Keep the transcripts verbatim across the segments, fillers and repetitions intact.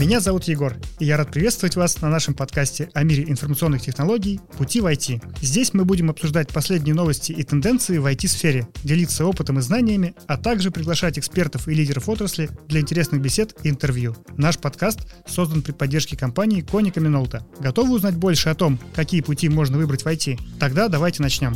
Меня зовут Егор, и я рад приветствовать вас на нашем подкасте о мире информационных технологий «Пути в ай ти». Здесь мы будем обсуждать последние новости и тенденции в ай ти-сфере, делиться опытом и знаниями, а также приглашать экспертов и лидеров отрасли для интересных бесед и интервью. Наш подкаст создан при поддержке компании Konica Minolta. Готовы узнать больше о том, какие пути можно выбрать в ай ти? Тогда давайте начнем.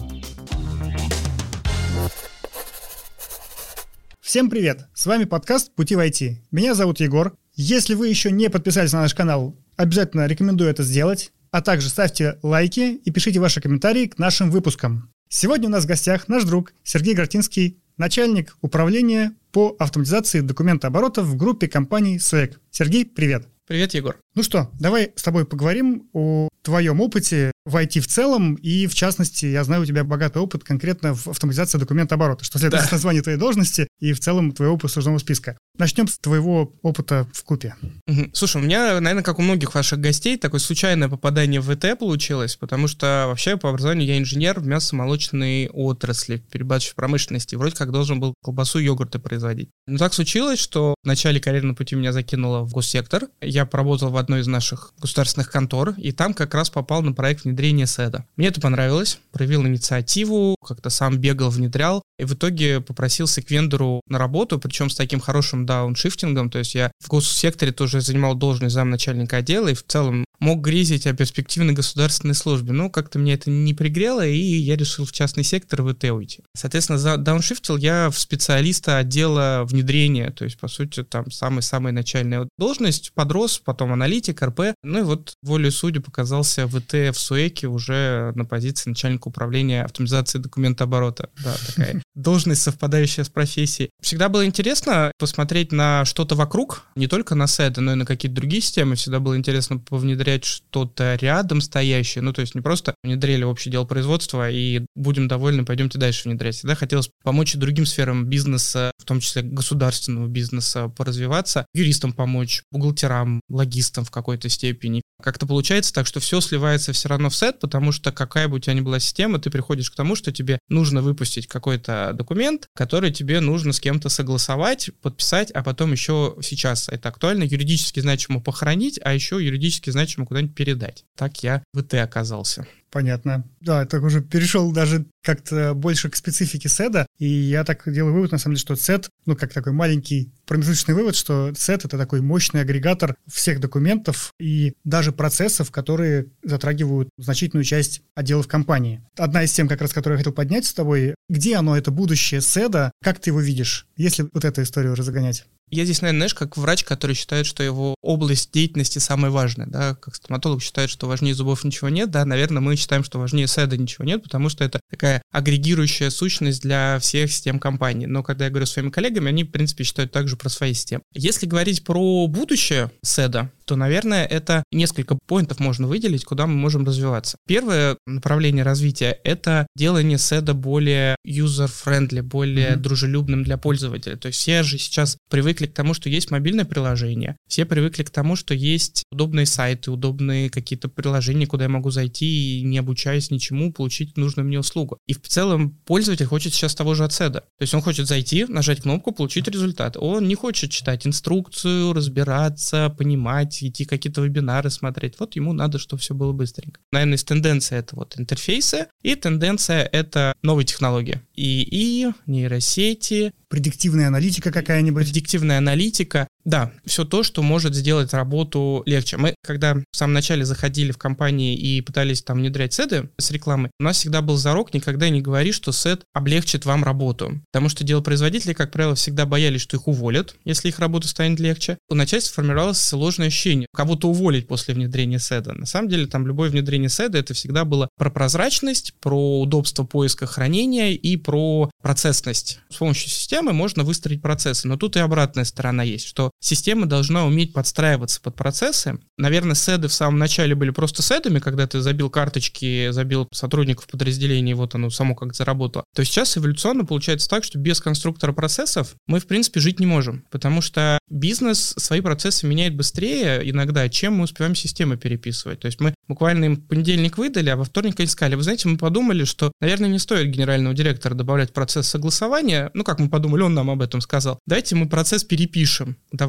Всем привет! С вами подкаст «Пути в ай ти». Меня зовут Егор. Если вы еще не подписались на наш канал, обязательно рекомендую это сделать, а также ставьте лайки и пишите ваши комментарии к нашим выпускам. Сегодня у нас в гостях наш друг Сергей Гратинский, начальник управления по автоматизации документооборота в группе компаний Суэк. Сергей, привет! Привет, Егор. Ну что, давай с тобой поговорим о твоем опыте в ай ти в целом, и в частности, я знаю, у тебя богатый опыт конкретно в автоматизации документооборота, что следует да. из названия твоей должности и в целом твоего послужного списка. Начнем с твоего опыта в купе. Угу. Слушай, у меня, наверное, как у многих ваших гостей, такое случайное попадание в ИТ получилось, потому что вообще по образованию я инженер в мясомолочной отрасли, в перерабатывающей промышленности, вроде как должен был колбасу и йогурты производить. Но так случилось, что в начале карьерного пути меня закинуло в госсектор. Я поработал в одной из наших государственных контор, и там как раз попал на проект внедрения седа. Мне это понравилось, проявил инициативу, как-то сам бегал, внедрял, и в итоге попросился к вендору на работу, причем с таким хорошим дауншифтингом, то есть я в госсекторе тоже занимал должность замначальника отдела, и в целом мог грезить о перспективной государственной службе, но как-то мне это не пригрело, и я решил в частный сектор в ИТ уйти. Соответственно, дауншифтил я в специалиста отдела внедрения, то есть, по сути, там самая-самая начальная должность, подрос, потом аналитик, эр пэ, ну и вот волей судеб показался в ИТ в Суэке уже на позиции начальника управления автоматизацией документооборота. Да, такая должность, совпадающая с профессией. Всегда было интересно посмотреть на что-то вокруг, не только на седа, но и на какие-то другие системы. Всегда было интересно повнедрять что-то рядом стоящее, ну то есть не просто внедрили общее дело производства и будем довольны, пойдемте дальше внедрять. Всегда хотелось помочь и другим сферам бизнеса, в том числе государственного бизнеса, поразвиваться, юристам помочь, бухгалтерам, логистам в какой-то степени. Как-то получается так, что все сливается все равно в сет, потому что какая бы у тебя ни была система, ты приходишь к тому, что тебе нужно выпустить какой-то документ, который тебе нужно с кем-то согласовать, подписать, а потом еще сейчас это актуально, юридически значимо похоронить, а еще юридически значимо куда-нибудь передать. Так я в ИТ оказался. Понятно. Да, так уже перешел даже как-то больше к специфике седа, и я так делаю вывод, на самом деле, что сет, ну, как такой маленький промежуточный вывод, что сет — это такой мощный агрегатор всех документов и даже процессов, которые затрагивают значительную часть отделов компании. Одна из тем, как раз, которую я хотел поднять с тобой, где оно, это будущее седа, как ты его видишь, если вот эту историю разгонять? Я здесь, наверное, знаешь, как врач, который считает, что его область деятельности самая важная, да, как стоматолог считает, что важнее зубов ничего нет, да, наверное, мы считаем, что важнее седа ничего нет, потому что это такая агрегирующая сущность для всех систем компании. Но когда я говорю с своими коллегами, они, в принципе, считают также про свои системы. Если говорить про будущее седа, то, наверное, это несколько поинтов можно выделить, куда мы можем развиваться. Первое направление развития — это делание седа более user-friendly, более mm-hmm. дружелюбным для пользователя. То есть все же сейчас привыкли к тому, что есть мобильное приложение, все привыкли к тому, что есть удобные сайты, удобные какие-то приложения, куда я могу зайти и, не обучаясь ничему, получить нужную мне услугу. И в целом пользователь хочет сейчас того же от седа. То есть он хочет зайти, нажать кнопку, получить результат. Он не хочет читать инструкцию, разбираться, понимать, идти какие-то вебинары смотреть. Вот ему надо, чтобы все было быстренько. Наверное, из тенденции это вот интерфейсы, и тенденция это новые технологии. ИИ, нейросети, предиктивная аналитика какая-нибудь. Предиктивная аналитика. Да, все то, что может сделать работу легче. Мы, когда в самом начале заходили в компании и пытались там внедрять седы с рекламой, у нас всегда был зарок: никогда не говори, что сет облегчит вам работу. Потому что делопроизводители, как правило, всегда боялись, что их уволят, если их работа станет легче. У начальства формировалось сложное ощущение кого-то уволить после внедрения седа. На самом деле, там любое внедрение седа — это всегда было про прозрачность, про удобство поиска хранения и про процессность. С помощью системы можно выстроить процессы, но тут и обратная сторона есть, что система должна уметь подстраиваться под процессы. Наверное, седы в самом начале были просто седами, когда ты забил карточки, забил сотрудников подразделений, вот оно само как заработало. То сейчас эволюционно получается так, что без конструктора процессов мы, в принципе, жить не можем, потому что бизнес свои процессы меняет быстрее иногда, чем мы успеваем системы переписывать. То есть мы буквально им в понедельник выдали, а во вторник они сказали: вы знаете, мы подумали, что, наверное, не стоит генерального директора добавлять процесс согласования. Ну, как мы подумали, он нам об этом сказал. Давайте мы процесс перепишем. Давай.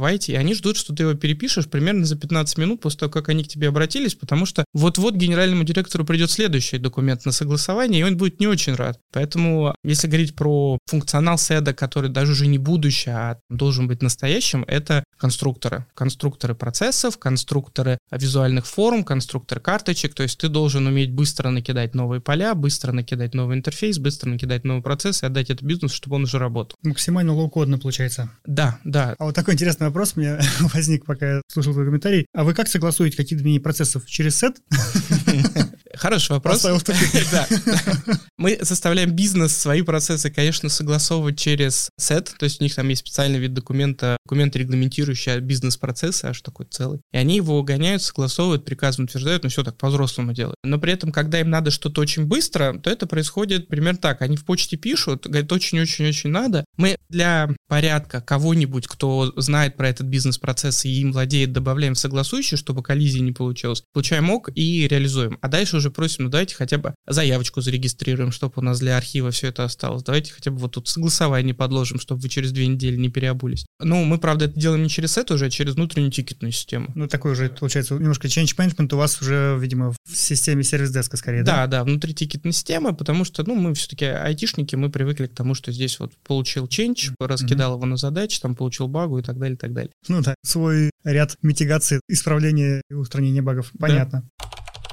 давайте. И они ждут, что ты его перепишешь примерно за пятнадцать минут после того, как они к тебе обратились, потому что вот-вот генеральному директору придет следующий документ на согласование, и он будет не очень рад. Поэтому, если говорить про функционал седа, который даже уже не будущее, а должен быть настоящим, это конструкторы. Конструкторы процессов, конструкторы визуальных форм, конструкторы карточек. То есть ты должен уметь быстро накидать новые поля, быстро накидать новый интерфейс, быстро накидать новый процесс и отдать это бизнесу, чтобы он уже работал. Максимально лоу-кодно получается. Да, да. А вот такой интересный вопрос у меня возник, пока я слушал твой комментарий. А вы как согласуете какие-то изменения процессов? Через сет? Хороший вопрос. Да. Мы составляем бизнес, свои процессы, конечно, согласовывать через сет, то есть у них там есть специальный вид документа, документ, регламентирующий бизнес-процессы, аж такой целый. И они его гоняют, согласовывают, приказом утверждают, ну все так по-взрослому делают. Но при этом, когда им надо что-то очень быстро, то это происходит примерно так. Они в почте пишут, говорят, очень-очень-очень надо. Мы для порядка кого-нибудь, кто знает про этот бизнес-процесс и им владеет, добавляем в согласующий, чтобы коллизии не получилось. Получаем ок и реализуем. А дальше уже просим, ну давайте хотя бы заявочку зарегистрируем, чтобы у нас для архива все это осталось. Давайте хотя бы вот тут согласование подложим, чтобы вы через две недели не переобулись. Ну, мы, правда, это делаем не через это уже, а через внутреннюю тикетную систему. Ну, такой уже, получается, немножко change management у вас уже, видимо, в системе сервис-деска скорее, да? Да, да, внутри тикетной системы, потому что, ну, мы все-таки айтишники, мы привыкли к тому, что здесь вот получил change, раскидал mm-hmm. его на задачи, там получил багу и так далее, и так далее. Ну да, свой ряд митигации, исправления и устранения багов. Понятно. Да.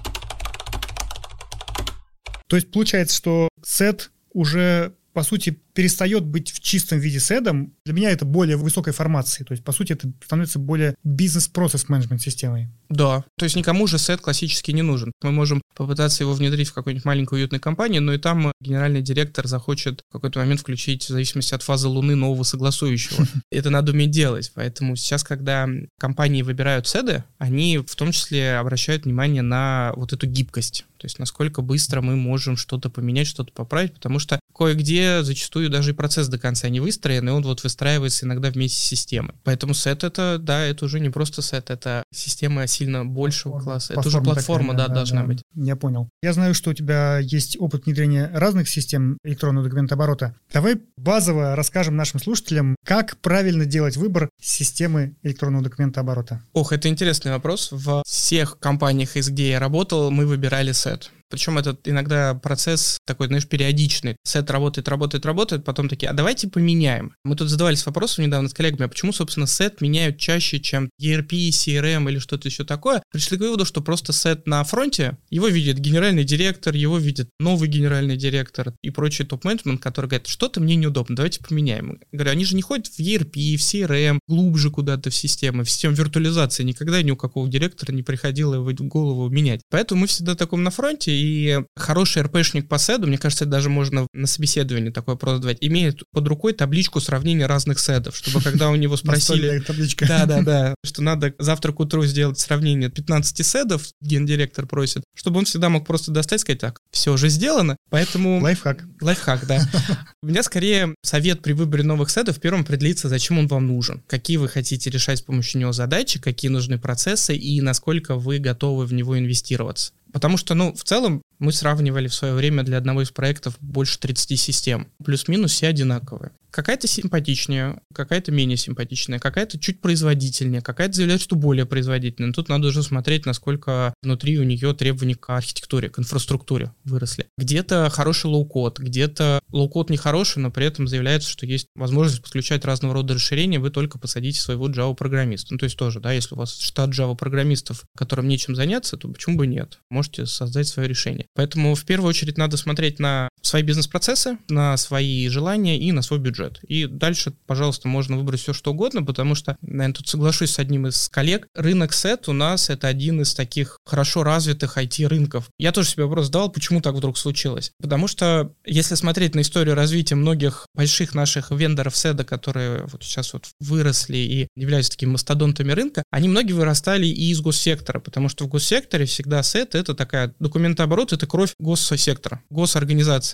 То есть получается, что сет уже, по сути, перестает быть в чистом виде седом. Для меня это более высокой формации. То есть, по сути, это становится более бизнес-процесс менеджмент системой. Да, то есть никому же сет классически не нужен. Мы можем попытаться его внедрить в какой-нибудь маленькой уютной компании, но и там генеральный директор захочет в какой-то момент включить, в зависимости от фазы Луны, нового согласующего. Это надо уметь делать. Поэтому сейчас, когда компании выбирают седы, они в том числе обращают внимание на вот эту гибкость. То есть насколько быстро мы можем что-то поменять, что-то поправить, потому что кое-где зачастую даже и процесс до конца не выстроен, и он вот выстраивается иногда вместе с системой. Поэтому сет это, да, это уже не просто сет, это система сильно большего платформа. класса. Платформа это уже платформа, такая, да, да, должна да, быть. Я понял. Я знаю, что у тебя есть опыт внедрения разных систем электронного документооборота. Давай базово расскажем нашим слушателям, как правильно делать выбор системы электронного документооборота. Ох, это интересный вопрос. В всех компаниях, где я работал, мы выбирали сет. Причем этот иногда процесс такой, знаешь, периодичный. Сет работает, работает, работает, потом такие, а давайте поменяем. Мы тут задавались вопросом недавно с коллегами, а почему, собственно, сет меняют чаще, чем и эр пи, си эр эм или что-то еще такое. Пришли к выводу, что просто сет на фронте, его видит генеральный директор, его видит новый генеральный директор и прочий топ-менеджмент, который говорит, что-то мне неудобно, давайте поменяем. Я говорю, они же не ходят в и эр пи, в си эр эм, глубже куда-то в системы, в систему виртуализации. Никогда ни у какого директора не приходило в голову менять. Поэтому мы всегда таком на фронте. И хороший эр пи-шник по седу, мне кажется, это даже можно на собеседовании такой вопрос задавать, имеет под рукой табличку сравнения разных седов, чтобы когда у него спросили... Да-да-да, что надо завтра к утру сделать сравнение пятнадцати седов, гендиректор просит, чтобы он всегда мог просто достать и сказать, так, все уже сделано, поэтому... Лайфхак. Лайфхак, да. У меня скорее совет при выборе новых седов первым определиться, зачем он вам нужен, какие вы хотите решать с помощью него задачи, какие нужны процессы и насколько вы готовы в него инвестироваться. Потому что, ну, в целом, мы сравнивали в свое время для одного из проектов больше тридцати систем. Плюс-минус все одинаковые. Какая-то симпатичнее, какая-то менее симпатичная, какая-то чуть производительнее, какая-то заявляет, что более производительная. Тут надо уже смотреть, насколько внутри у нее требования к архитектуре, к инфраструктуре выросли. Где-то хороший лоу-код, где-то лоу-код нехороший, но при этом заявляется, что есть возможность подключать разного рода расширения, вы только посадите своего Java-программиста. Ну, то есть тоже, да, если у вас штат Java-программистов, которым нечем заняться, то почему бы нет? Можете создать свое решение. Поэтому в первую очередь надо смотреть на свои бизнес-процессы, на свои желания и на свой бюджет. И дальше, пожалуйста, можно выбрать все, что угодно, потому что, наверное, тут соглашусь с одним из коллег, рынок сет у нас это один из таких хорошо развитых ай ти-рынков. Я тоже себе вопрос задавал, почему так вдруг случилось. Потому что, если смотреть на историю развития многих больших наших вендоров седа, которые вот сейчас вот выросли и являются такими мастодонтами рынка, они многие вырастали и из госсектора, потому что в госсекторе всегда сет — это такая документооборот, это кровь госсектора, госорганизации.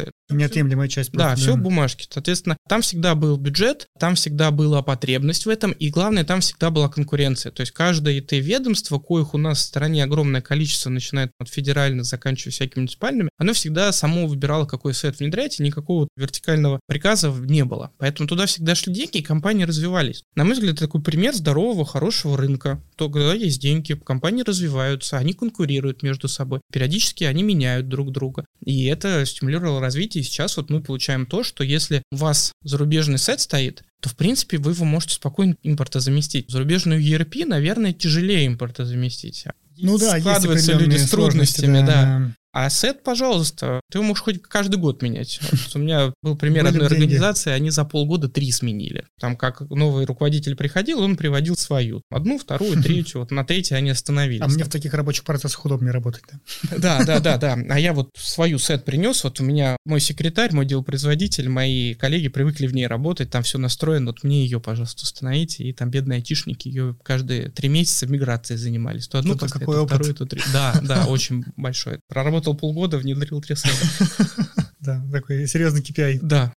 бумажкой. Неотъемлемая часть. Да, просто, все да. в бумажке. Соответственно, там всегда был бюджет, там всегда была потребность в этом, и главное, там всегда была конкуренция. То есть каждое ай ти-ведомство, коих у нас в стране огромное количество, начиная от федеральных, заканчивая всякими муниципальными, оно всегда само выбирало, какой сет внедрять, и никакого вертикального приказа не было. Поэтому туда всегда шли деньги, и компании развивались. На мой взгляд, это такой пример здорового, хорошего рынка. То, когда есть деньги, компании развиваются, они конкурируют между собой. Периодически они меняют друг друга. И это стимулировало развитие. И сейчас вот мы получаем то, что если у вас зарубежный сет стоит, то, в принципе, вы его можете спокойно импортозаместить. Зарубежную и эр пи, наверное, тяжелее импортозаместить. Ну да, складываются люди с трудностями, да. да. А сет, пожалуйста, ты его можешь хоть каждый год менять. Вот у меня был пример Были одной деньги. организации, они за полгода три сменили. Там как новый руководитель приходил, он приводил свою. Одну, вторую, третью. Вот на третьей они остановились. А мне в таких рабочих процессах удобнее работать. Да? Да, да, да, да. А я вот свою сет принес. Вот у меня мой секретарь, мой делопроизводитель, мои коллеги привыкли в ней работать, там все настроено. Вот мне ее, пожалуйста, установите. И там бедные айтишники ее каждые три месяца миграцией занимались. То одну Это поставить, какой то опыт. вторую, то третью. Да, да, очень большой. Проработал полгода, внедрил три сета. Да, такой серьезный кей пи ай. Да.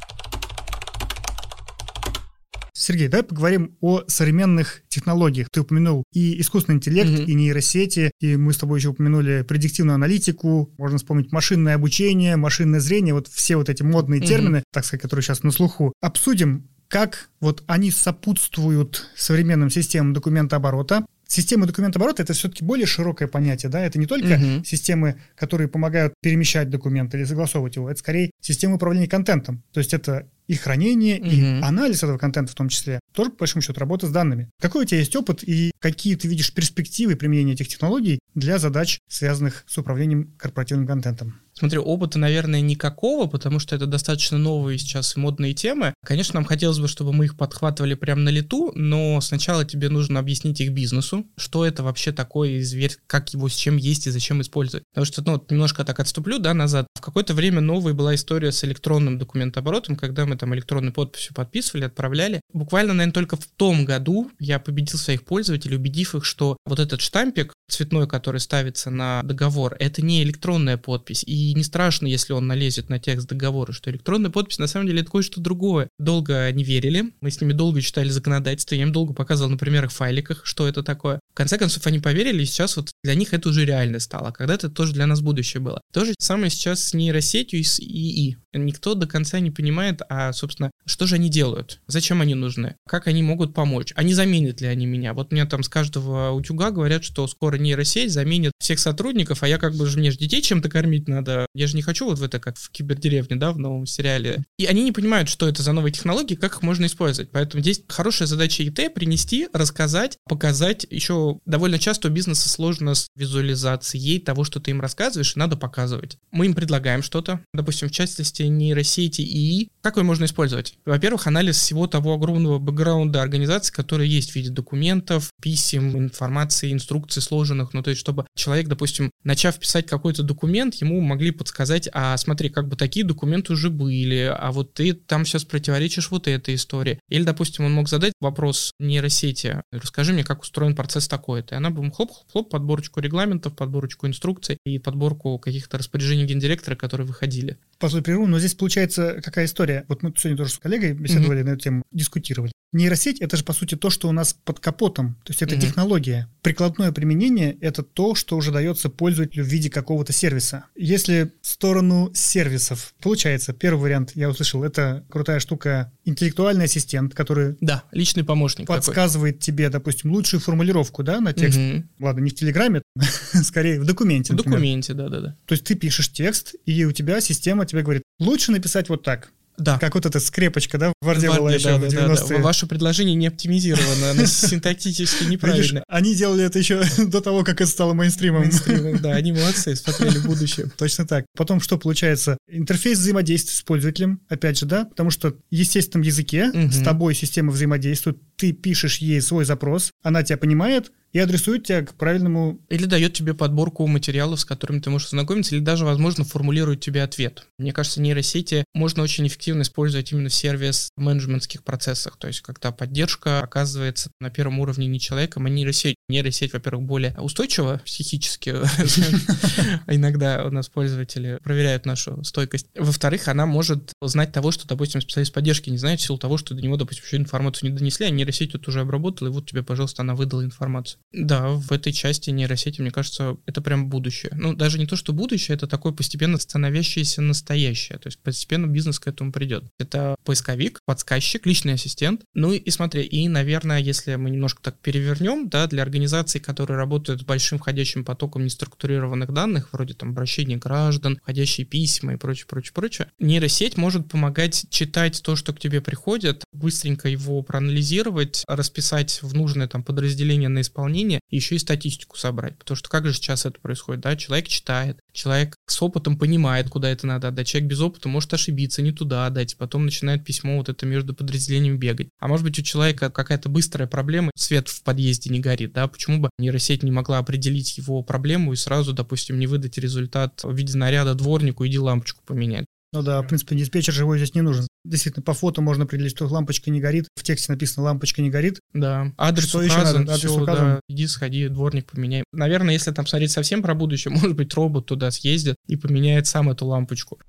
Сергей, давай поговорим о современных технологиях. Ты упомянул и искусственный интеллект, Мгм. и нейросети, и мы с тобой еще упомянули предиктивную аналитику, можно вспомнить машинное обучение, машинное зрение, вот все вот эти модные Мгм. термины, так сказать, которые сейчас на слуху. Обсудим, как вот они сопутствуют современным системам документооборота. Система документооборота — это все-таки более широкое понятие, да, это не только Мгм. системы, которые помогают перемещать документ или согласовывать его, это скорее системы управления контентом, то есть это и хранение, и Мгм. анализ этого контента в том числе, тоже, по большому счету, работа с данными. Какой у тебя есть опыт и какие ты видишь перспективы применения этих технологий для задач, связанных с управлением корпоративным контентом? Смотри, опыта, наверное, никакого, потому что это достаточно новые сейчас и модные темы. Конечно, нам хотелось бы, чтобы мы их подхватывали прямо на лету, но сначала тебе нужно объяснить их бизнесу, что это вообще такое, и зверь, как его, с чем есть и зачем использовать. Потому что, ну, вот немножко так отступлю, да, назад. В какое-то время новой была история с электронным документооборотом, когда мы там электронной подписью подписывали, отправляли. Буквально, наверное, только в том году я победил своих пользователей, убедив их, что вот этот штампик цветной, который ставится на договор, это не электронная подпись. И не страшно, если он налезет на текст договора, что электронная подпись на самом деле это кое-что другое. Долго не верили, мы с ними долго читали законодательство, я им долго показывал на примерах файликах, что это такое. В конце концов, они поверили, и сейчас вот для них это уже реально стало. Когда-то это тоже для нас будущее было. То же самое сейчас с нейросетью и с ИИ. Никто до конца не понимает, а, собственно, что же они делают, зачем они нужны, как они могут помочь, а не заменят ли они меня. Вот мне там с каждого утюга говорят, что скоро нейросеть заменит всех сотрудников, а я как бы же, мне же детей чем-то кормить надо. Я же не хочу вот в это, как в Кибердеревне, да, в новом сериале. И они не понимают, что это за новые технологии, как их можно использовать. Поэтому здесь хорошая задача ай ти — принести, рассказать, показать. Еще довольно часто у бизнеса сложно с визуализацией того, что ты им рассказываешь, и надо показывать. Мы им предлагаем что-то, допустим, в частности нейросети ИИ. Как ее можно использовать? Во-первых, анализ всего того огромного бэкграунда организации, который есть в виде документов, писем, информации, инструкций сложенных. Ну, то есть, чтобы человек, допустим, начав писать какой-то документ, ему могли подсказать: а смотри, как бы такие документы уже были, а вот ты там сейчас противоречишь вот этой истории. Или, допустим, он мог задать вопрос нейросети: расскажи мне, как устроен процесс такой-то. И она бы ему хлоп-хлоп, подборочку регламентов, подборочку инструкций и подборку каких-то распоряжений гендиректора, которые выходили. Позволь прерву, но здесь получается какая история. Вот мы сегодня тоже с коллегой беседовали mm-hmm. на эту тему, дискутировали. Нейросеть — это же, по сути, то, что у нас под капотом. То есть это mm-hmm. технология. Прикладное применение — это то, что уже дается пользователю в виде какого-то сервиса. Если в сторону сервисов, получается, первый вариант, я услышал, это крутая штука, интеллектуальный ассистент, который да, личный помощник подсказывает такой. тебе, допустим, лучшую формулировку, да, на текст. Mm-hmm. Ладно, не в Телеграме, скорее в документе, В например. документе, да-да-да. То есть ты пишешь текст, и у тебя система тебе говорит: лучше написать вот так. Да. Как вот эта скрепочка, да, в Варде была еще да, в девяностые. Да, да. Ваше предложение не оптимизировано, оно синтаксически неправильно. Видишь, они делали это еще до того, как это стало мейнстримом. Мейнстримом, да, они молодцы, смотрели будущее. Точно так. Потом что получается? Интерфейс взаимодействия с пользователем, опять же, да, потому что в естественном языке угу. с тобой система взаимодействует, ты пишешь ей свой запрос, она тебя понимает и адресует тебя к правильному... Или дает тебе подборку материалов, с которыми ты можешь ознакомиться, или даже, возможно, формулирует тебе ответ. Мне кажется, нейросети можно очень эффективно использовать именно в сервис-менеджментских процессах. То есть, когда поддержка оказывается на первом уровне не человеком, а нейросеть. Нейросеть, во-первых, более устойчива психически. Иногда у нас пользователи проверяют нашу стойкость. Во-вторых, она может знать того, что, допустим, специалист поддержки не знает, в силу того, что до него, допустим, еще информацию не донесли, а нейросеть тут уже обработала, и вот тебе, пожалуйста, она выдала информацию. Да, в этой части нейросети, мне кажется, это прям будущее. Ну, даже не то, что будущее, это такое постепенно становящееся настоящее. То есть постепенно бизнес к этому придет. Это поисковик, подсказчик, личный ассистент. Ну и, и смотри, и, наверное, если мы немножко так перевернем, да, для организаций, которые работают с большим входящим потоком неструктурированных данных, вроде там обращения граждан, входящие письма и прочее, прочее, прочее, нейросеть может помогать читать то, что к тебе приходит, быстренько его проанализировать, расписать в нужное там подразделение на исполнение, еще и статистику собрать. Потому что как же сейчас это происходит? Да? Человек читает, человек с опытом понимает, куда это надо отдать. Человек без опыта может ошибиться, не туда отдать, потом начинает письмо вот это между подразделениями бегать. А может быть, у человека какая-то быстрая проблема, свет в подъезде не горит, да? Почему бы нейросеть не могла определить его проблему и сразу, допустим, не выдать результат в виде наряда дворнику, иди лампочку поменять? Ну да, в принципе, диспетчер живой здесь не нужен. Действительно, по фото можно определить, что лампочка не горит. В тексте написано «лампочка не горит». Да, адрес что указан, еще надо? Адрес все, указан. Да, иди, сходи, дворник поменяй. Наверное, если там смотреть совсем про будущее, может быть, робот туда съездит и поменяет сам эту лампочку.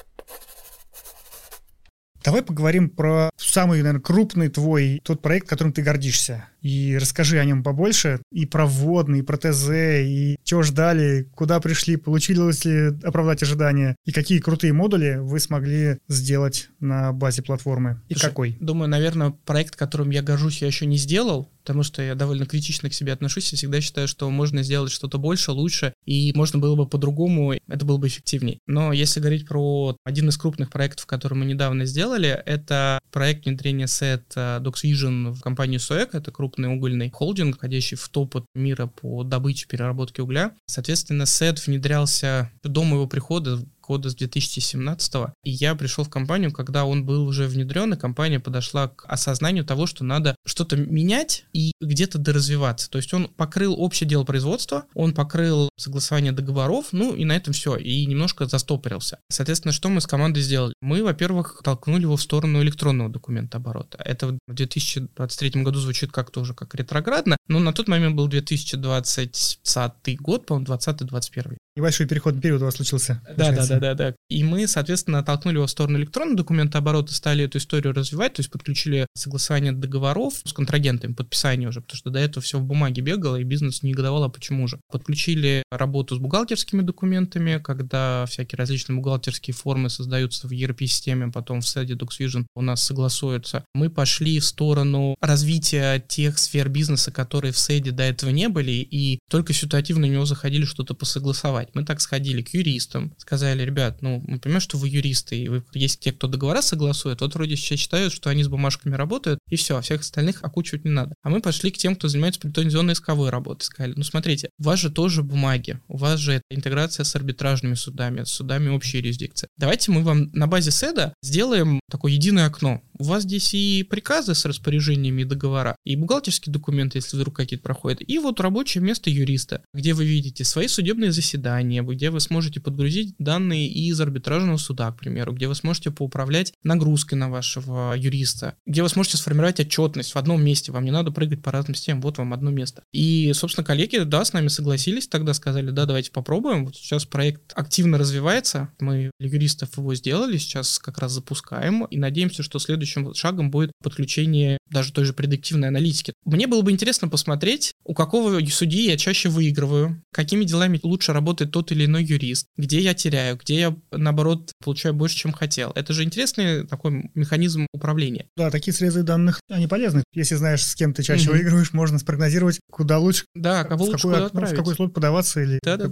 Давай поговорим про самый, наверное, крупный твой, тот проект, которым ты гордишься. И расскажи о нем побольше. И про вводный, и про ТЗ, и чего ждали, куда пришли, получилось ли оправдать ожидания, и какие крутые модули вы смогли сделать на базе платформы. И Слушай, какой? Думаю, наверное, проект, которым я горжусь, я еще не сделал, потому что я довольно критично к себе отношусь и всегда считаю, что можно сделать что-то больше, лучше, и можно было бы по-другому, это было бы эффективнее. Но если говорить про один из крупных проектов, который мы недавно сделали, это проект внедрения сет DocsVision в компанию СОЭК, это крупный угольный холдинг, входящий в топ мира по добыче и переработке угля. Соответственно, сет внедрялся до моего прихода, года с две тысячи семнадцатого, и я пришел в компанию, когда он был уже внедрен, и компания подошла к осознанию того, что надо что-то менять и где-то доразвиваться. То есть он покрыл общее дело производства, он покрыл согласование договоров, ну и на этом все, и немножко застопорился. Соответственно, что мы с командой сделали? Мы, во-первых, толкнули его в сторону электронного документооборота. Это в две тысячи двадцать третьем году звучит как тоже как ретроградно, но на тот момент был две тысячи двадцатый год, по-моему, двадцатый двадцать первый. Небольшой переходный период у вас случился. Да, да, да, да, да. И мы, соответственно, толкнули его в сторону электронного документооборота, стали эту историю развивать, то есть подключили согласование договоров с контрагентами, подписание уже, потому что до этого все в бумаге бегало, и бизнес негодовал, а почему же. Подключили работу с бухгалтерскими документами, когда всякие различные бухгалтерские формы создаются в и эр пи-системе, потом в седе DocsVision у нас согласуются. Мы пошли в сторону развития тех сфер бизнеса, которые в седе до этого не были, и только ситуативно на него заходили что-то посогласовать. Мы так сходили к юристам, сказали: ребят, ну, мы понимаем, что вы юристы, и вы, есть те, кто договора согласует, вот вроде сейчас считают, что они с бумажками работают, и все, а всех остальных окучивать не надо. А мы пошли к тем, кто занимается претензионной исковой работой, сказали: ну, смотрите, у вас же тоже бумаги, у вас же интеграция с арбитражными судами, с судами общей юрисдикции. Давайте мы вам на базе седа сделаем такое единое окно. У вас здесь и приказы с распоряжениями и договора, и бухгалтерские документы, если вдруг какие-то проходят, и вот рабочее место юриста, где вы видите свои судебные заседания, где вы сможете подгрузить данные из арбитражного суда, к примеру, где вы сможете поуправлять нагрузкой на вашего юриста, где вы сможете сформировать отчетность в одном месте, вам не надо прыгать по разным системам, вот вам одно место. И, собственно, коллеги, да, с нами согласились, тогда сказали: да, давайте попробуем. Вот сейчас проект активно развивается, мы для юристов его сделали, сейчас как раз запускаем, и надеемся, что следующим шагом будет подключение даже той же предиктивной аналитики. Мне было бы интересно посмотреть, у какого судьи я чаще выигрываю, какими делами лучше работает тот или иной юрист, где я теряю, где я, наоборот, получаю больше, чем хотел. Это же интересный такой механизм управления. Да, такие срезы данных, они полезны. Если знаешь, с кем ты чаще угу. выигрываешь, можно спрогнозировать, куда лучше, да, кого в, лучше какой, куда отправить. в какой слот подаваться или да, да, какой да, суд. да.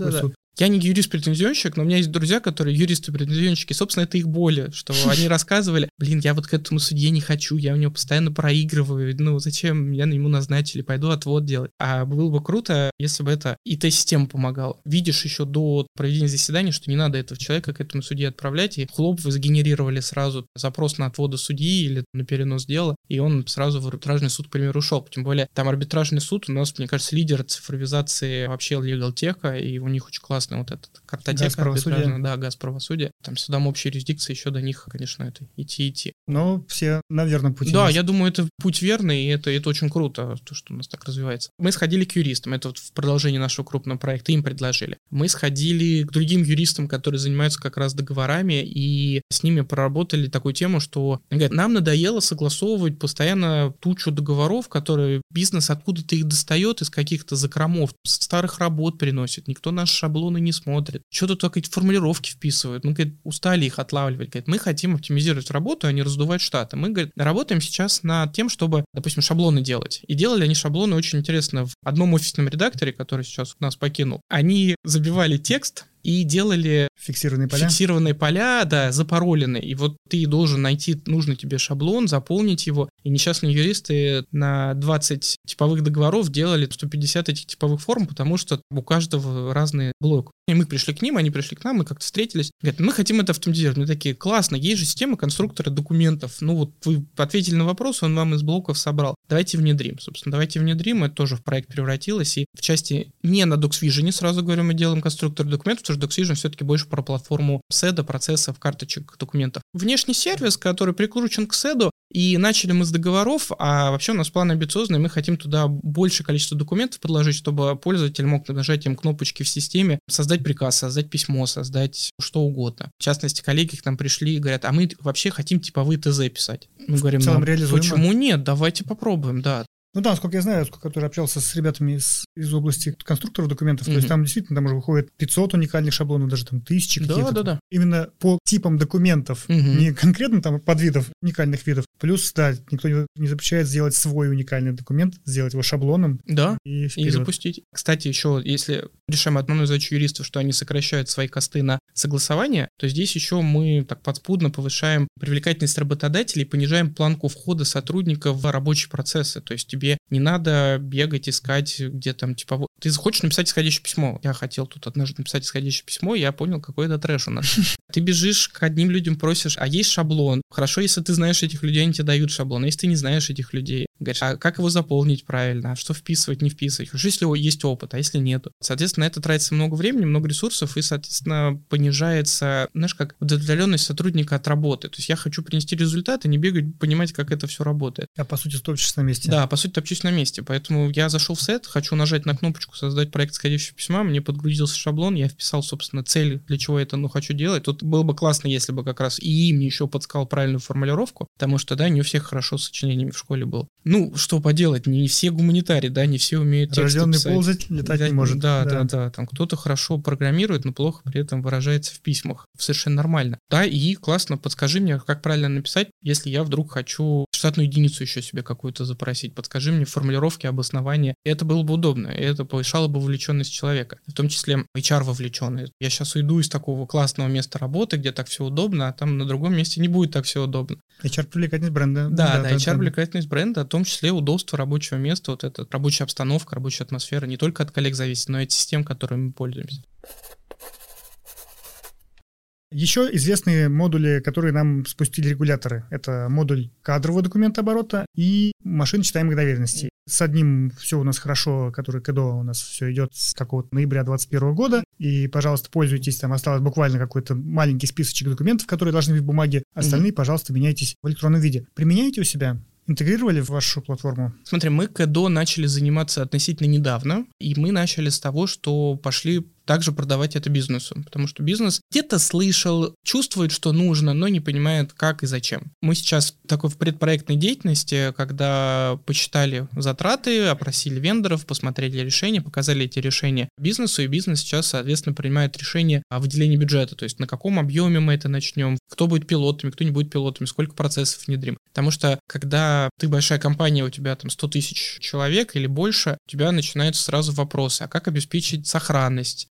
Я не юрист-претензионщик, но у меня есть друзья, которые юристы-претензионщики. Собственно, это их боли, что они рассказывали, блин, я вот к этому судье не хочу, я у него постоянно проигрываю, ну зачем меня ему назначили, пойду отвод делать. А было бы круто, если бы это и ай-система помогала. Видишь еще до проведения заседания, что не надо этого человека к этому судье отправлять, и хлоп, вы сгенерировали сразу запрос на отводы судьи или на перенос дела, и он сразу в арбитражный суд, к примеру, ушел. Тем более, там арбитражный суд у нас, мне кажется, лидер цифровизации вообще легалтеха, и у них очень классная вот эта картотека арбитражная, да, газ правосудия. Там судам общей юрисдикции еще до них, конечно, это идти-идти. Но все на верном пути. Да, я думаю, это путь верный, и это, это очень круто, то, что у нас так развивается. Мы сходили к юристам, это вот в продолжении нашего крупного проекта, им предложили. Мы сходили к другим юристам, которые занимаются как раз договорами, и с ними проработали такую тему, что говорят, нам надоело согласовывать постоянно тучу договоров, которые бизнес откуда-то их достает из каких-то закромов, старых работ приносит, никто наши шаблоны не смотрит, что-то только эти формулировки вписывают, мы, говорит, устали их отлавливать, говорит, мы хотим оптимизировать работу, а не раздувать штаты. Мы, говорит, работаем сейчас над тем, чтобы, допустим, шаблоны делать. И делали они шаблоны очень интересно в одном офисном редакторе, который сейчас нас покинул. Они забивали текст и делали фиксированные поля. Фиксированные поля, да, запароленные. И вот ты должен найти нужный тебе шаблон, заполнить его. И несчастные юристы на двадцать типовых договоров делали сто пятьдесят этих типовых форм, потому что у каждого разный блок. И мы пришли к ним, они пришли к нам, мы как-то встретились. Говорят, мы хотим это автоматизировать. Мы такие, классно, есть же система конструктора документов. Ну вот вы ответили на вопрос, он вам из блоков собрал. Давайте внедрим. Собственно, давайте внедрим. Это тоже в проект превратилось. И в части не на DocsVision, сразу говорю, мы делаем конструктор документов, потому что DocsVision все-таки больше про платформу седа, процессов, карточек, документов. Внешний сервис, который прикручен к седу, и начали мы с договоров, а вообще у нас план амбициозный, мы хотим туда большее количество документов подложить, чтобы пользователь мог нажатием кнопочки в системе создать приказ, создать письмо, создать что угодно. В частности, коллеги к нам пришли и говорят, а мы вообще хотим типовые ТЗ писать. Мы говорим, ну, почему нет, давайте попробуем, да. Ну да, насколько я знаю, который общался с ребятами из, из области конструкторов документов, mm-hmm. то есть там действительно там уже выходит пятьсот уникальных шаблонов, даже там тысячи да, каких-то. Да, да, да. Именно по типам документов, mm-hmm. не конкретно там подвидов, уникальных видов. Плюс, да, никто не запрещает сделать свой уникальный документ, сделать его шаблоном. Да, и, и запустить. Кстати, еще, если решаем основную задачу юристов, что они сокращают свои косты на согласование, то здесь еще мы так подспудно повышаем привлекательность работодателей, понижаем планку входа сотрудников в рабочие процессы. То есть тебе не надо бегать, искать, где там, типа, ты хочешь написать исходящее письмо. Я хотел тут однажды написать исходящее письмо, и я понял, какой это трэш у нас. Ты бежишь к одним людям, просишь, а есть шаблон. Хорошо, если ты знаешь этих людей, они тебе дают шаблон. А если ты не знаешь этих людей, говоришь, а как его заполнить правильно, а что вписывать, не вписывать. Хорошо, если есть опыт, а если нету. Соответственно, на это тратится много времени, много ресурсов, и, соответственно, понижается, знаешь, как удовлетворенность сотрудника от работы. То есть я хочу принести результаты, не бегать, понимать, как это все работает. А по сути, топчешься на месте. Да, по сути, топчусь на месте. Поэтому я зашел в сет, хочу нажать на кнопочку «Создать проект исходящего письма», мне подгрузился шаблон, я вписал, собственно, цель, для чего я это ну, хочу делать. Тут было бы классно, если бы как раз и мне еще подсказал правильную формулировку, потому что, да, не у всех хорошо с сочинениями в школе было. Ну, что поделать, не все гуманитарии, да, не все умеют тексты Рожденный писать. ползать, летать да, не может. Да, да, да, да, там кто-то хорошо программирует, но плохо при этом выражается в письмах. Совершенно нормально. Да, и классно, подскажи мне, как правильно написать, если я вдруг хочу штатную единицу еще себе какую-то запросить. Подскажи мне формулировки, обоснования. И это было бы удобно, и это повышало бы вовлеченность человека. В том числе эйч ар вовлеченный. Я сейчас уйду из такого классного места работы, где так все удобно, а там на другом месте не будет так все удобно. эйч ар привлекательность бренда. Да, да, да, эйч ар привлекательность бренда, в том числе удобство рабочего места, вот эта рабочая обстановка, рабочая атмосфера не только от коллег зависит, но и от систем, которыми мы пользуемся. Еще известные модули, которые нам спустили регуляторы. Это модуль кадрового документооборота и машин читаемых доверенностей. С одним все у нас хорошо, который КЭДО у нас все идет с какого-то ноября двадцать первого года. И, пожалуйста, пользуйтесь, там осталось буквально какой-то маленький списочек документов, которые должны быть в бумаге. Остальные, mm-hmm. пожалуйста, меняйтесь в электронном виде. Применяете у себя? Интегрировали в вашу платформу? Смотри, мы КЭДО начали заниматься относительно недавно, и мы начали с того, что пошли также продавать это бизнесу, потому что бизнес где-то слышал, чувствует, что нужно, но не понимает, как и зачем. Мы сейчас такой в предпроектной деятельности, когда посчитали затраты, опросили вендоров, посмотрели решения, показали эти решения бизнесу, и бизнес сейчас, соответственно, принимает решение о выделении бюджета, то есть на каком объеме мы это начнем, кто будет пилотами, кто не будет пилотами, сколько процессов внедрим. Потому что, когда ты большая компания, у тебя там сто тысяч человек или больше, у тебя начинаются сразу вопросы, а как обеспечить сохранность,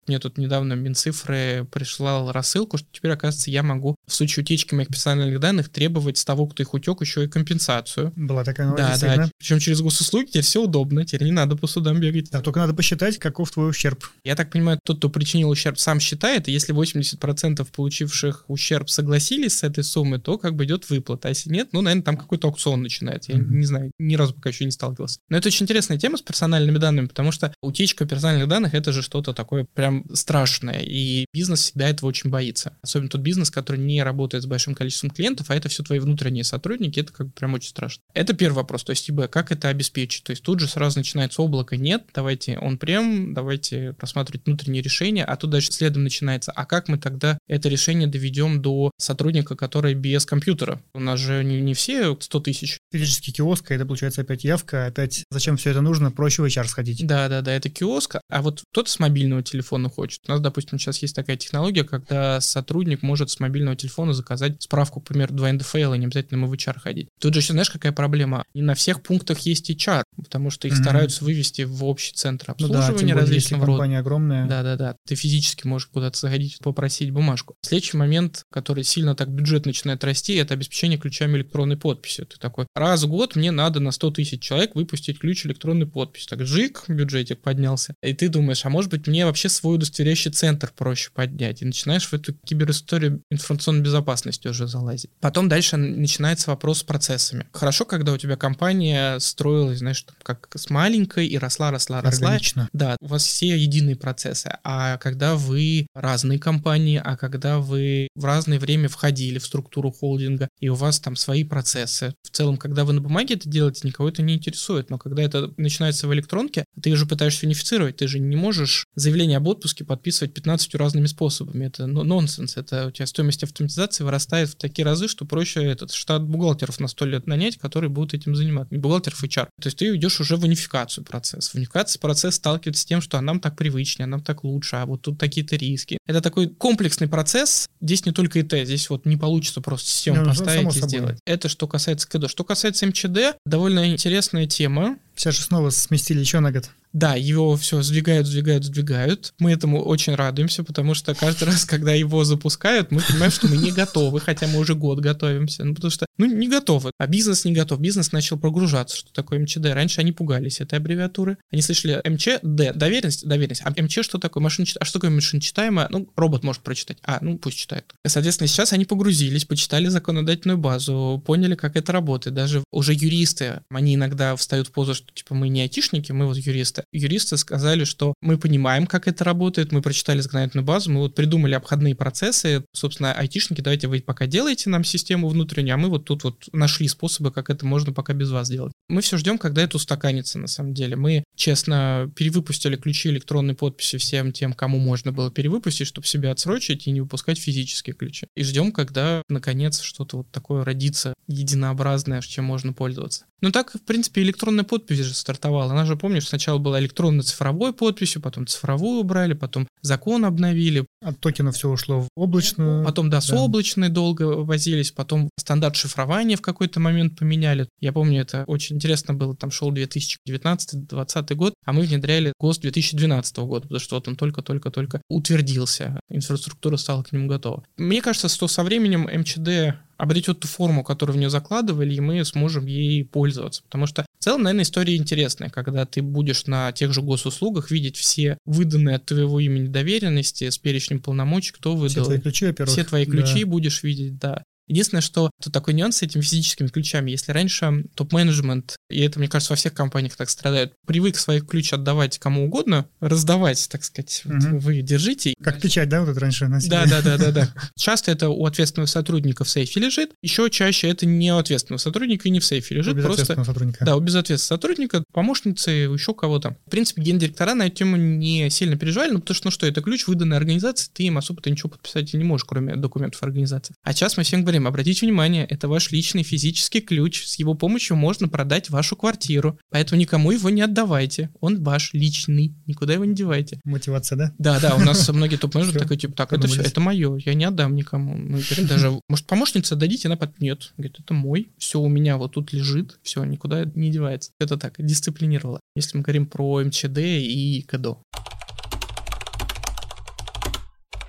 Мне тут недавно Минцифры прислал рассылку, что теперь, оказывается, я могу в случае утечки моих персональных данных требовать с того, кто их утек, еще и компенсацию. Была такая новость, Да, действительно. да. Причем через госуслуги теперь все удобно, теперь не надо по судам бегать. Да, только надо посчитать, каков твой ущерб. Я так понимаю, тот, кто причинил ущерб, сам считает, и если восемьдесят процентов получивших ущерб согласились с этой суммой, то как бы идет выплата. А если нет, ну, наверное, там какой-то аукцион начинается. Я mm-hmm. не знаю, ни разу пока еще не сталкивался. Но это очень интересная тема с персональными данными, потому что утечка персональных данных — это же что-то такое прям страшное, и бизнес всегда этого очень боится. Особенно тот бизнес, который не работает с большим количеством клиентов, а это все твои внутренние сотрудники, это как бы прям очень страшно. Это первый вопрос, то есть, ибо как это обеспечить? То есть тут же сразу начинается облако, нет, давайте он-прем, давайте просматривать внутренние решения, а тут дальше следом начинается, а как мы тогда это решение доведем до сотрудника, который без компьютера? У нас же не, не все сто тысяч. Физический киоск, это получается опять явка, опять зачем все это нужно, проще в эйч ар сходить. Да-да-да, это киоск, а вот кто-то с мобильного телефона хочет. У нас, допустим, сейчас есть такая технология, когда сотрудник может с мобильного телефона заказать справку, к примеру, два эн дэ эф эл, и не обязательно ему в эйч ар ходить. Тут же еще, знаешь, какая проблема? Не на всех пунктах есть эйч ар, потому что их mm-hmm. стараются вывести в общий центр обслуживания, ну да, тем более, различного если рода. Компания огромная. Да-да-да, ты физически можешь куда-то заходить, попросить бумажку. Следующий момент, который сильно так бюджет начинает расти, это обеспечение ключами электронной подписи. Ты такой, раз в год мне надо на сто тысяч человек выпустить ключ электронной подписи. Так, жик, бюджетик поднялся. И ты думаешь, а может быть мне вообще свой удостоверяющий центр проще поднять? И начинаешь в эту киберисторию информационной безопасности уже залазить. Потом дальше начинается вопрос с процессами. Хорошо, когда у тебя компания строилась, знаешь, как с маленькой и росла, росла, росла. Органично. Да, у вас все единые процессы. А когда вы разные компании, а когда вы в разное время входили в структуру холдинга, и у вас там свои процессы. В целом, когда вы на бумаге это делаете, никого это не интересует. Но когда это начинается в электронке, ты уже пытаешься унифицировать. Ты же не можешь заявление об отпуске подписывать пятнадцатью разными способами. Это нонсенс. Это у тебя стоимость автоматизации вырастает в такие разы, что проще этот штат бухгалтеров на сто лет нанять, которые будут этим заниматься. Не бухгалтеров, эйч ар. То есть ты идешь уже в унификацию процесса. В унификации процесс сталкивается с тем, что а нам так привычнее, а нам так лучше, а вот тут такие-то риски. Это такой комплексный процесс. Здесь не только ИТ, здесь вот не получится просто систему ну, поставить и сделать. Это что касается КЭДО. Что касается эм че дэ, довольно интересная тема. Сейчас же снова сместили еще на год. Да, его все сдвигают, сдвигают, сдвигают. Мы этому очень радуемся, потому что каждый раз, когда его запускают, мы понимаем, что мы не готовы, хотя мы уже год готовимся. Ну, потому что, ну, не готовы. А бизнес не готов. Бизнес начал прогружаться, что такое эм че дэ. Раньше они пугались этой аббревиатуры. Они слышали эм че дэ, доверенность, доверенность. А эм че что такое? Машина, а что такое машиночитаемое? Ну, робот может прочитать. А, ну, пусть читает. Соответственно, сейчас они погрузились, почитали законодательную базу, поняли, как это работает. Даже уже юристы, они иногда встают в позу, что, типа, мы не айтишники, мы вот юристы. Юристы сказали, что мы понимаем, как это работает, мы прочитали законодательную базу, мы вот придумали обходные процессы, собственно, айтишники, давайте вы пока делаете нам систему внутреннюю, а мы вот тут вот нашли способы, как это можно пока без вас делать. Мы все ждем, когда это устаканится, на самом деле. Мы, честно, перевыпустили ключи электронной подписи всем тем, кому можно было перевыпустить, чтобы себя отсрочить и не выпускать физические ключи. И ждем, когда, наконец, что-то вот такое родится единообразное, чем можно пользоваться. Ну так, в принципе, электронная подпись же стартовала. Она же, помнишь, сначала была электронно-цифровой подписью, потом цифровую убрали, потом закон обновили. От токенов все ушло в облачную. Потом, да, с да. облачной долго возились, потом стандарт шифрования в какой-то момент поменяли. Я помню, это очень интересно было, там шел две тысячи девятнадцатый двадцатый год, а мы внедряли ГОСТ две тысячи двенадцатого года, потому что вот он только-только-только утвердился, инфраструктура стала к нему готова. Мне кажется, что со временем эм че дэ обретет ту форму, которую в нее закладывали, и мы сможем ей пользоваться. Потому что в целом, наверное, история интересная, когда ты будешь на тех же госуслугах видеть все выданные от твоего имени доверенности с перечнем полномочий, кто выдал. Все твои ключи, во-первых. Все твои ключи да. будешь видеть, да. Единственное, что тут такой нюанс с этими физическими ключами. Если раньше топ-менеджмент, и это, мне кажется, во всех компаниях так страдают, привык свои ключи отдавать кому угодно, раздавать, так сказать, угу. вот вы держите. Как печать, да, вот это раньше носили? Да, да, да, да, да. Часто это у ответственного сотрудника в сейфе лежит, еще чаще это не у ответственного сотрудника и не в сейфе лежит. У безответственного просто, сотрудника. Да, у безответственного сотрудника, помощницы, еще кого-то. В принципе, гендиректора на эту тему не сильно переживали, ну, потому что, ну что, это ключ выданной организации, ты им особо-то ничего подписать не можешь, кроме документов организации. А сейчас мы всем говорим, обратите внимание, это ваш личный физический ключ. С его помощью можно продать вашу квартиру. Поэтому никому его не отдавайте. Он ваш личный. Никуда его не девайте. Мотивация, да? Да, да. У нас многие топ-менеджеры такой, типа, так, это все, это мое. Я не отдам никому. Ну, даже, может, помощнице отдадите, она под нет. Говорит, это мой. Все у меня вот тут лежит. Все, никуда не девается. Это так, дисциплинировало. Если мы говорим про эм че дэ и КЭДО.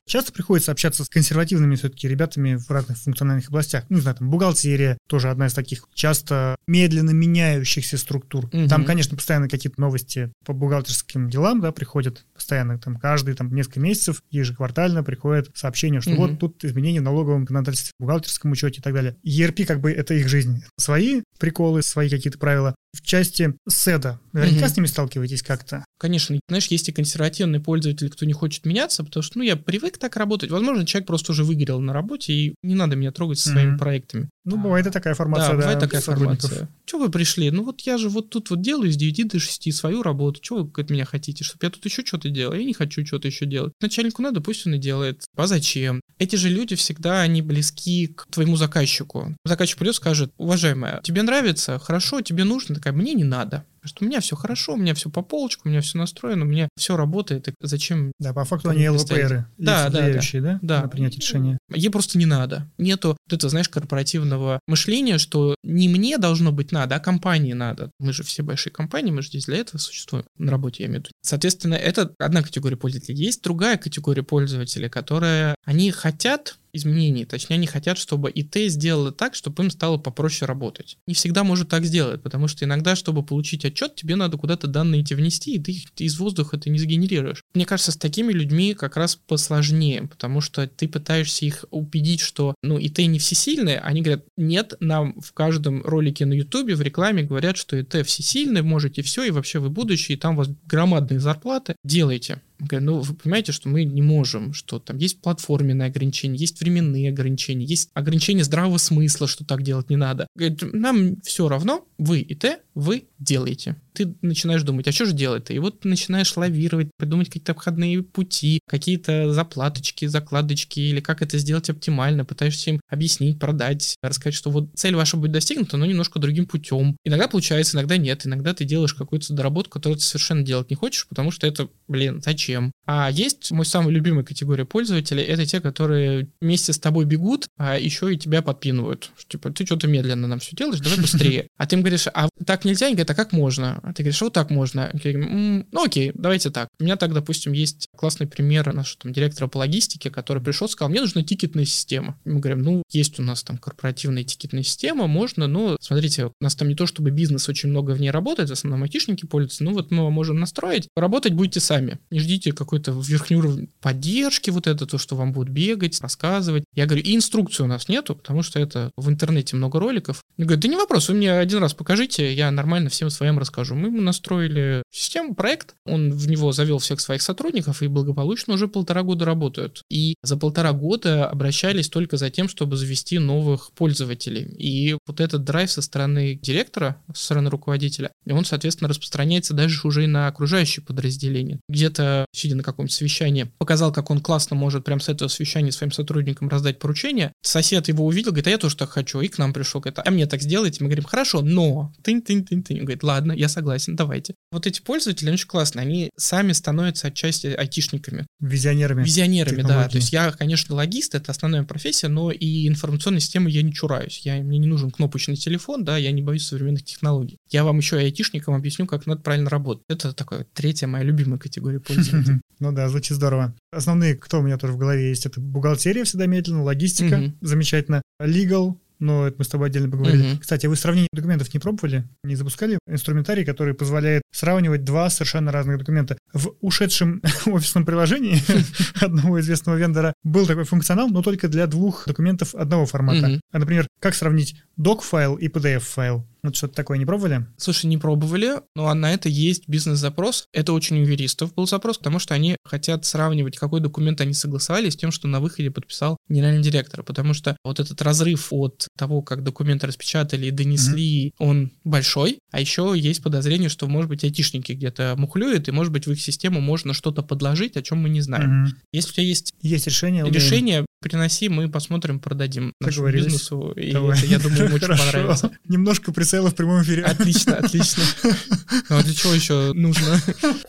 часто приходится общаться с консервативными все-таки ребятами в разных функциональных областях. Ну, не знаю, там бухгалтерия тоже одна из таких часто медленно меняющихся структур. Угу. Там, конечно, постоянно какие-то новости по бухгалтерским делам, да, приходят постоянно, там, каждые там несколько месяцев, ежеквартально приходят сообщения, что угу. вот тут изменения в налоговом законодательстве, в бухгалтерском учете и так далее. и эр пи, как бы, это их жизнь. Свои приколы, свои какие-то правила. В части седа наверняка угу. с ними сталкиваетесь как-то? Конечно. Знаешь, есть и консервативный пользователь, кто не хочет меняться, потому что, ну, я привык так работать. Возможно, человек просто уже выгорел на работе, и не надо меня трогать со своими угу. проектами. Ну, бывает и такая формация, да. да, бывает такая формация. Чего вы пришли? Ну, вот я же вот тут вот делаю с девяти до шести свою работу. Чего вы от меня хотите? Чтобы я тут еще что-то делал? Я не хочу что-то еще делать. Начальнику надо, пусть он и делает. А зачем? Эти же люди всегда, они близки к твоему заказчику. Заказчик придет и скажет: уважаемая, тебе нравится? Хорошо, тебе нужно? Такая: мне не надо. Что у меня все хорошо, у меня все по полочку, у меня все настроено, у меня все работает. И зачем? Да, по факту они эл вэ пэ эры, да, да, да, да, да, на принятие решения. Ей просто не надо. Нету, это, знаешь, корпоративного мышления, что не мне должно быть надо, а компании надо. Мы же все большие компании, мы же здесь для этого существуем. На работе, я имею в виду. Соответственно, это одна категория пользователей. Есть другая категория пользователей, которые, они хотят изменений, точнее, они хотят, чтобы ай ти сделало так, чтобы им стало попроще работать. Не всегда может так сделать, потому что иногда, чтобы получить отчет, тебе надо куда-то данные эти внести, и ты их из воздуха ты не сгенерируешь. Мне кажется, с такими людьми как раз посложнее, потому что ты пытаешься их убедить, что, ну, ай ти не всесильные, они говорят: нет, нам в каждом ролике на Ютубе в рекламе говорят, что ай ти всесильные, можете все, и вообще вы будущее, и там у вас громадные зарплаты, делайте. Ну, вы понимаете, что мы не можем, что там есть платформенные ограничения, есть временные ограничения, есть ограничения здравого смысла, что так делать не надо. Говорит, нам все равно, вы ай ти, вы делаете. Ты начинаешь думать: а что же делать-то? И вот ты начинаешь лавировать, придумать какие-то обходные пути, какие-то заплаточки, закладочки, или как это сделать оптимально, пытаешься им объяснить, продать, рассказать, что вот цель ваша будет достигнута, но немножко другим путем. Иногда получается, иногда нет, иногда ты делаешь какую-то доработку, которую ты совершенно делать не хочешь, потому что это, блин, зачем? А есть мой самый любимый категория пользователей, это те, которые вместе с тобой бегут, а еще и тебя подпинывают. Типа, ты что-то медленно нам все делаешь, давай быстрее. А ты им говоришь: а так нельзя? Они говорят: а как можно? А ты говоришь: а вот так можно. Я говорю: м-м, ну окей, давайте так. У меня так, допустим, есть классный пример нашего там директора по логистике, который пришел и сказал: мне нужна тикетная система. Мы говорим: ну, есть у нас там корпоративная тикетная система, можно, но смотрите, у нас там не то чтобы бизнес очень много в ней работает, в основном айтишники пользуются, ну вот мы его можем настроить, работать будете сами. Не ждите какой-то верхний уровень поддержки, вот это то, что вам будут бегать, рассказывать. Я говорю: и инструкции у нас нету, потому что это в интернете много роликов. Я говорю: да не вопрос, вы мне один раз покажите, я нормально всем своим расскажу. Мы ему настроили систему, проект, он в него завел всех своих сотрудников и благополучно уже полтора года работают. И за полтора года обращались только за тем, чтобы завести новых пользователей. И вот этот драйв со стороны директора, со стороны руководителя, он, соответственно, распространяется даже уже и на окружающие подразделения. Где-то, сидя на каком-то совещании, показал, как он классно может прям с этого совещания своим сотрудникам раздать поручения. Сосед его увидел, говорит: а я тоже так хочу. И к нам пришел, говорит: а мне так сделайте. Мы говорим: хорошо, но... Тынь-тынь-тынь-тынь. Он говорит: ладно, я согласен, давайте. Вот эти пользователи, они очень классные. Они сами становятся отчасти айтишниками. Визионерами. Визионерами, да. То есть я, конечно, логист, это основная профессия, но и информационной системы я не чураюсь. Я, мне не нужен кнопочный телефон, да, я не боюсь современных технологий. Я вам еще и айтишникам объясню, как надо правильно работать. Это такая третья моя любимая категория пользователей. Ну да, звучит здорово. Основные, кто у меня тоже в голове есть, это бухгалтерия всегда медленно, логистика, замечательно, legal, но это мы с тобой отдельно поговорили. Uh-huh. Кстати, вы сравнение документов не пробовали? Не запускали инструментарий, который позволяет сравнивать два совершенно разных документа? В ушедшем офисном приложении одного известного вендора был такой функционал, но только для двух документов одного формата. Uh-huh. А, например, как сравнить док-файл и пи ди эф-файл? Вот что-то такое не пробовали? Слушай, не пробовали, но на это есть бизнес-запрос. Это очень у юристов был запрос, потому что они хотят сравнивать, какой документ они согласовали с тем, что на выходе подписал генеральный директор. Потому что вот этот разрыв от того, как документы распечатали и донесли, mm-hmm. он большой. А еще есть подозрение, что, может быть, айтишники где-то мухлюют, и, может быть, в их систему можно что-то подложить, о чем мы не знаем. Mm-hmm. Если у тебя есть, есть решение, решение приноси, мы посмотрим, продадим нашему бизнесу. И это, я думаю, им очень понравится. Немножко прицела в прямом эфире. Отлично, отлично. Ну а для чего еще нужно?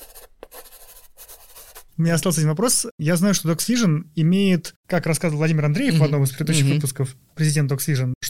У меня остался один вопрос. Я знаю, что DocsVision имеет, как рассказывал Владимир Андреев mm-hmm. в одном из предыдущих mm-hmm. выпусков, президент DocsVision, что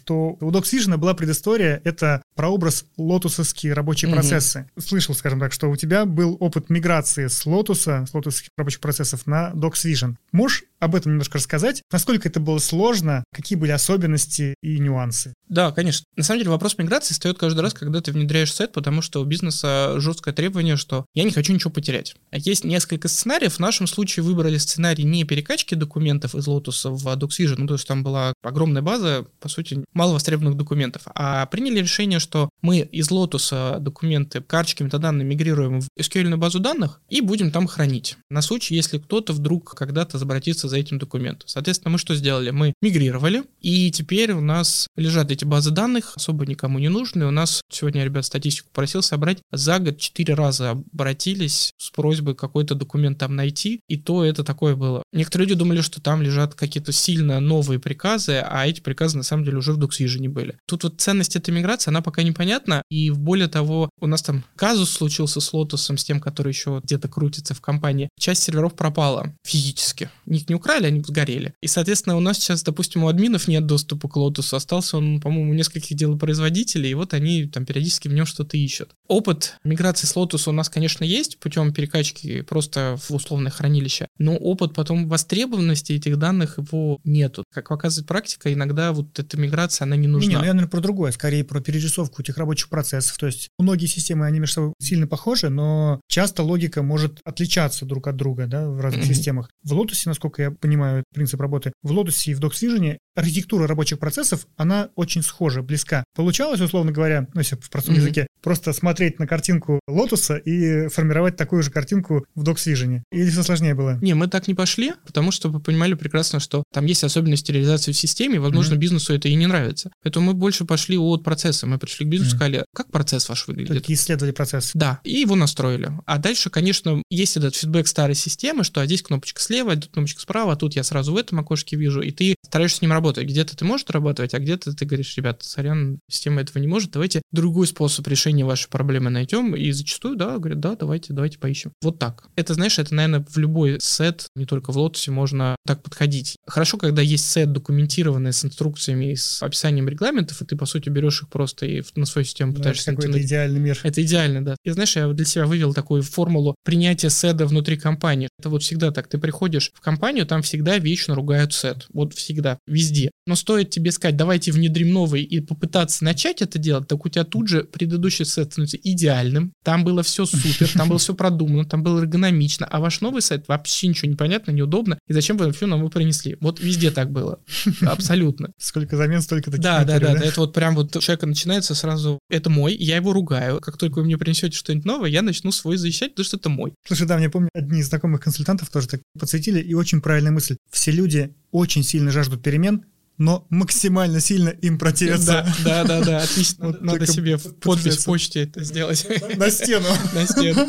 что у DocsVision была предыстория, это прообраз лотусовские рабочие mm-hmm. процессы. Слышал, скажем так, что у тебя был опыт миграции с Lotus, с лотусовских рабочих процессов на DocsVision. Можешь об этом немножко рассказать? Насколько это было сложно? Какие были особенности и нюансы? Да, конечно. На самом деле вопрос миграции встает каждый раз, когда ты внедряешь сет, потому что у бизнеса жесткое требование, что я не хочу ничего потерять. Есть несколько сценариев. В нашем случае выбрали сценарий не перекачки документов из Lotus в DocsVision, ну то есть там была огромная база, по сути, мало востребованных документов, а приняли решение, что мы из Lotus документы, карточки, метаданные мигрируем в эс кью эль-ную базу данных и будем там хранить. На случай, если кто-то вдруг когда-то обратится за этим документом. Соответственно, мы что сделали? Мы мигрировали, и теперь у нас лежат эти базы данных, особо никому не нужны. У нас сегодня, ребят, статистику просил собрать. За год четыре раза обратились с просьбой какой-то документ там найти, и то это такое было. Некоторые люди думали, что там лежат какие-то сильно новые приказы, а эти приказы на самом деле уже в DocsVision были. Тут вот ценность этой миграции, она пока непонятна, и более того, у нас там казус случился с Lotus, с тем, который еще где-то крутится в компании. Часть серверов пропала физически. Их не украли, они сгорели. И, соответственно, у нас сейчас, допустим, у админов нет доступа к Lotus, остался он, по-моему, у нескольких делопроизводителей, и вот они там периодически в нем что-то ищут. Опыт миграции с Lotus у нас, конечно, есть путем перекачки просто в условное хранилище, но опыт потом востребованности этих данных его нету. Как показывает практика, иногда вот эта миграция, она не нужна. Не, не, ну я, наверное, про другое, скорее про перерисовку этих рабочих процессов. То есть многие системы, они между собой сильно похожи, но часто логика может отличаться друг от друга, да, в разных mm-hmm. системах. В Lotus, насколько я понимаю принцип работы, в Lotus и в DocsVision архитектура рабочих процессов, она очень схожа, близка. Получалось, условно говоря, ну, если в простом mm-hmm. языке, просто смотреть на картинку Lotus и формировать такую же картинку в DocsVision. Или все сложнее было? Не, мы так не пошли, потому что вы понимали прекрасно, что там есть особенности реализации в системе, и, возможно, mm-hmm. бизнесу это и не нравится. Поэтому мы больше пошли от процесса. Мы пришли к бизнесу и mm-hmm. сказали, как процесс ваш выглядит? Такие исследовали процесс. Да, и его настроили. А дальше, конечно, есть этот фидбэк старой системы, что а здесь кнопочка слева, а тут кнопочка справа, а тут я сразу в этом окошке вижу, и ты стараешься с ним работать. Где-то ты можешь работать, а где-то ты говоришь, ребята, сорян, система этого не может, давайте другой способ решения вашей проблемы найдем. И зачастую, да, говорят, да, давайте, давайте поищем. Вот так. Это, знаешь, это, наверное, в любой сет, не только в Lotus, можно так подходить. Хорошо, когда есть сет документированный с инструкциями и с описанием регламентов, и ты, по сути, берешь их просто и на свою систему ну, пытаешься... Это какой-то идеальный мир. Это идеально, да. И знаешь, я для себя вывел такую формулу принятия седа внутри компании. Это вот всегда так. Ты приходишь в компанию, там всегда вечно ругают сет. Вот всегда, везде. Но стоит тебе сказать, давайте внедрим новый и попытаться начать это делать, так у тебя тут же предыдущий сет становится идеальным. Там было все супер, там было все продумано, там было эргономично, а ваш новый сет вообще ничего не понятно, неудобно. И зачем вы все нам вы принесли? Вот везде так было. Абсолютно. Сколько замен, столько таких. Да, да, да. Это вот прям вот человека начинается сразу, это мой, я его ругаю. Как только вы мне принесете что-нибудь новое, я начну свой защищать, потому что это мой. Слушай, да, мне помню, одни из знакомых консультантов тоже так подсветили, и очень правильная мысль. Все люди очень сильно жаждут перемен, но максимально сильно им противятся. Да, да, да, да, отлично. Вот надо себе в подпись в почте это сделать. На стену. На стену.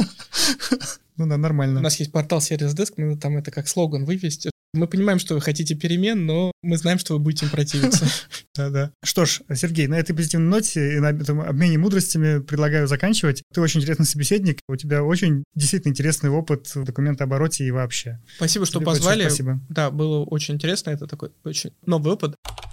Ну да, нормально. У нас есть портал Service Desk, мы там это как слоган вывести. Мы понимаем, что вы хотите перемен, но мы знаем, что вы будете им противиться. Да-да. Что ж, Сергей, на этой позитивной ноте и на этом обмене мудростями предлагаю заканчивать. Ты очень интересный собеседник, у тебя очень действительно интересный опыт в документообороте и вообще. Спасибо, что Тебе позвали. Спасибо. Да, было очень интересно, это такой очень новый опыт.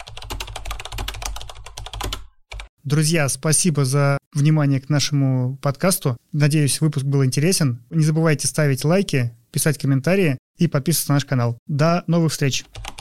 Друзья, спасибо за внимание к нашему подкасту. Надеюсь, выпуск был интересен. Не забывайте ставить лайки, писать комментарии и подписываться на наш канал. До новых встреч!